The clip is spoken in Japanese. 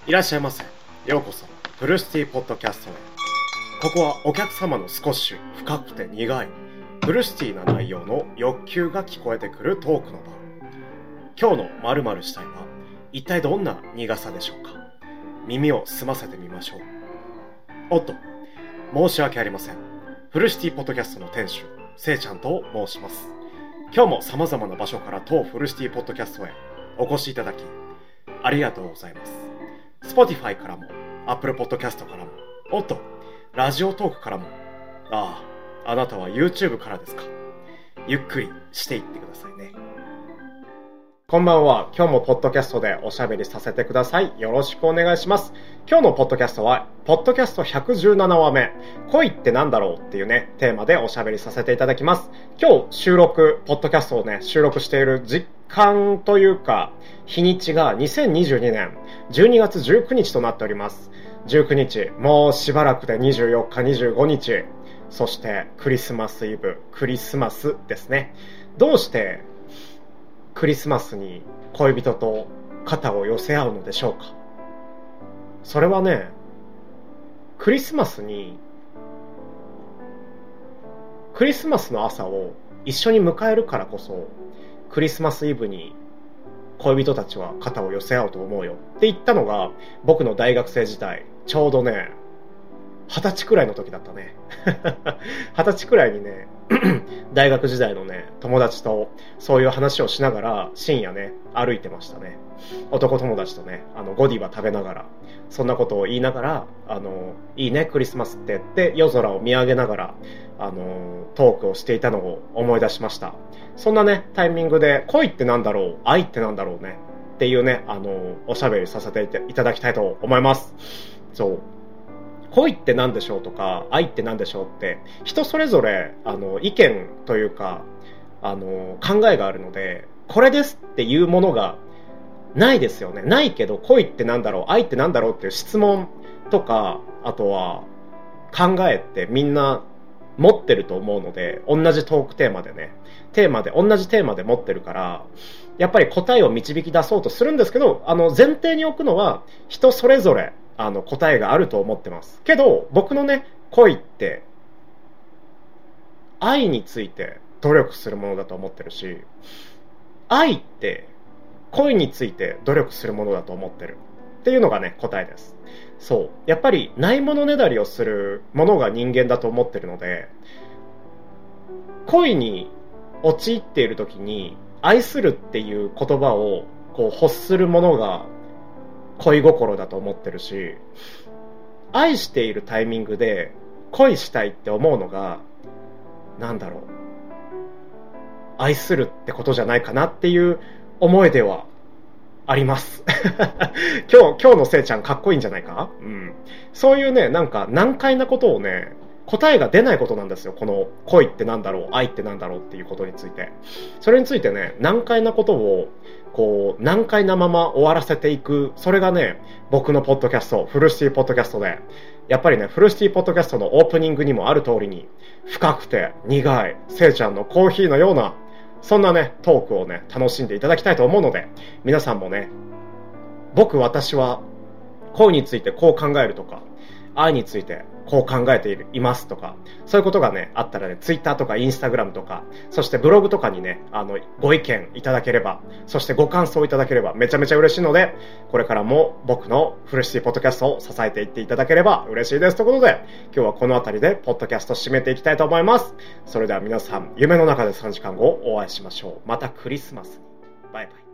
いらっしゃいませ。ようこそフルシティポッドキャストへ。ここはお客様の少し深くて苦いフルシティな内容の欲求が聞こえてくるトークの場。今日の〇〇したいは一体どんな苦さでしょうか。耳を澄ませてみましょう。おっと、申し訳ありません。フルシティポッドキャストの店主せいちゃんと申します。今日も様々な場所から当フルシティポッドキャストへお越しいただきありがとうございます。Spotify からも Apple Podcast からも、おっとラジオトークからも、あなたは YouTube からですか。ゆっくりしていってくださいね。こんばんは。今日もポッドキャストでおしゃべりさせてください。よろしくお願いします。今日のポッドキャストはポッドキャスト117話目、恋ってなんだろうっていうねテーマでおしゃべりさせていただきます。今日ポッドキャストをね収録している時間というか日にちが2022年12月19日となっております。19日、もうしばらくで24日、25日、そしてクリスマスイブ、クリスマスですね。どうしてクリスマスに恋人と肩を寄せ合うのでしょうか。それはね、クリスマスの朝を一緒に迎えるからこそ、クリスマスイブに恋人たちは肩を寄せ合うと思うよって言ったのが僕の大学生時代、ちょうどね20歳くらいの時だったね20歳くらいにね大学時代のね友達とそういう話をしながら深夜ね歩いてましたね。男友達とねゴディバ食べながら、そんなことを言いながらいいねクリスマスって言って夜空を見上げながらトークをしていたのを思い出しました。そんなねタイミングで恋ってなんだろう、愛ってなんだろうねっていうねおしゃべりさせていただきたいと思います。そう、恋って何でしょうとか愛って何でしょうって人それぞれ意見というか考えがあるので、これですっていうものがないですよね。ないけど恋って何だろう、愛って何だろうっていう質問とか、あとは考えってみんな持ってると思うので、同じトークテーマで同じテーマで持ってるから、やっぱり答えを導き出そうとするんですけど、前提に置くのは人それぞれ答えがあると思ってますけど、僕のね恋って愛について努力するものだと思ってるし、愛って恋について努力するものだと思ってるっていうのがね答えです。そう、やっぱりないものねだりをするものが人間だと思ってるので、恋に陥っている時に愛するっていう言葉をこう欲するものが恋心だと思ってるし、愛しているタイミングで恋したいって思うのがなんだろう、愛するってことじゃないかなっていう思いではあります今日のせいちゃんかっこいいんじゃないか。そういうねなんか難解なことをね答えが出ないことなんですよ。この恋ってなんだろう、愛ってなんだろうっていうことについて。それについてね難解なことをこう難解なまま終わらせていく、それがね僕のポッドキャストフルシティポッドキャストで、やっぱりねフルシティポッドキャストのオープニングにもある通りに深くて苦いせいちゃんのコーヒーのような、そんなねトークをね楽しんでいただきたいと思うので、皆さんもね私は恋についてこう考えるとか、愛についてこう考えていますとか、そういうことがねあったらね、ツイッターとかインスタグラムとか、そしてブログとかにねご意見いただければ、そしてご感想いただければめちゃめちゃ嬉しいので、これからも僕のフルシティポッドキャストを支えていっていただければ嬉しいです。ということで今日はこの辺りでポッドキャスト締めていきたいと思います。それでは皆さん、夢の中で3時間後お会いしましょう。またクリスマスに。バイバイ。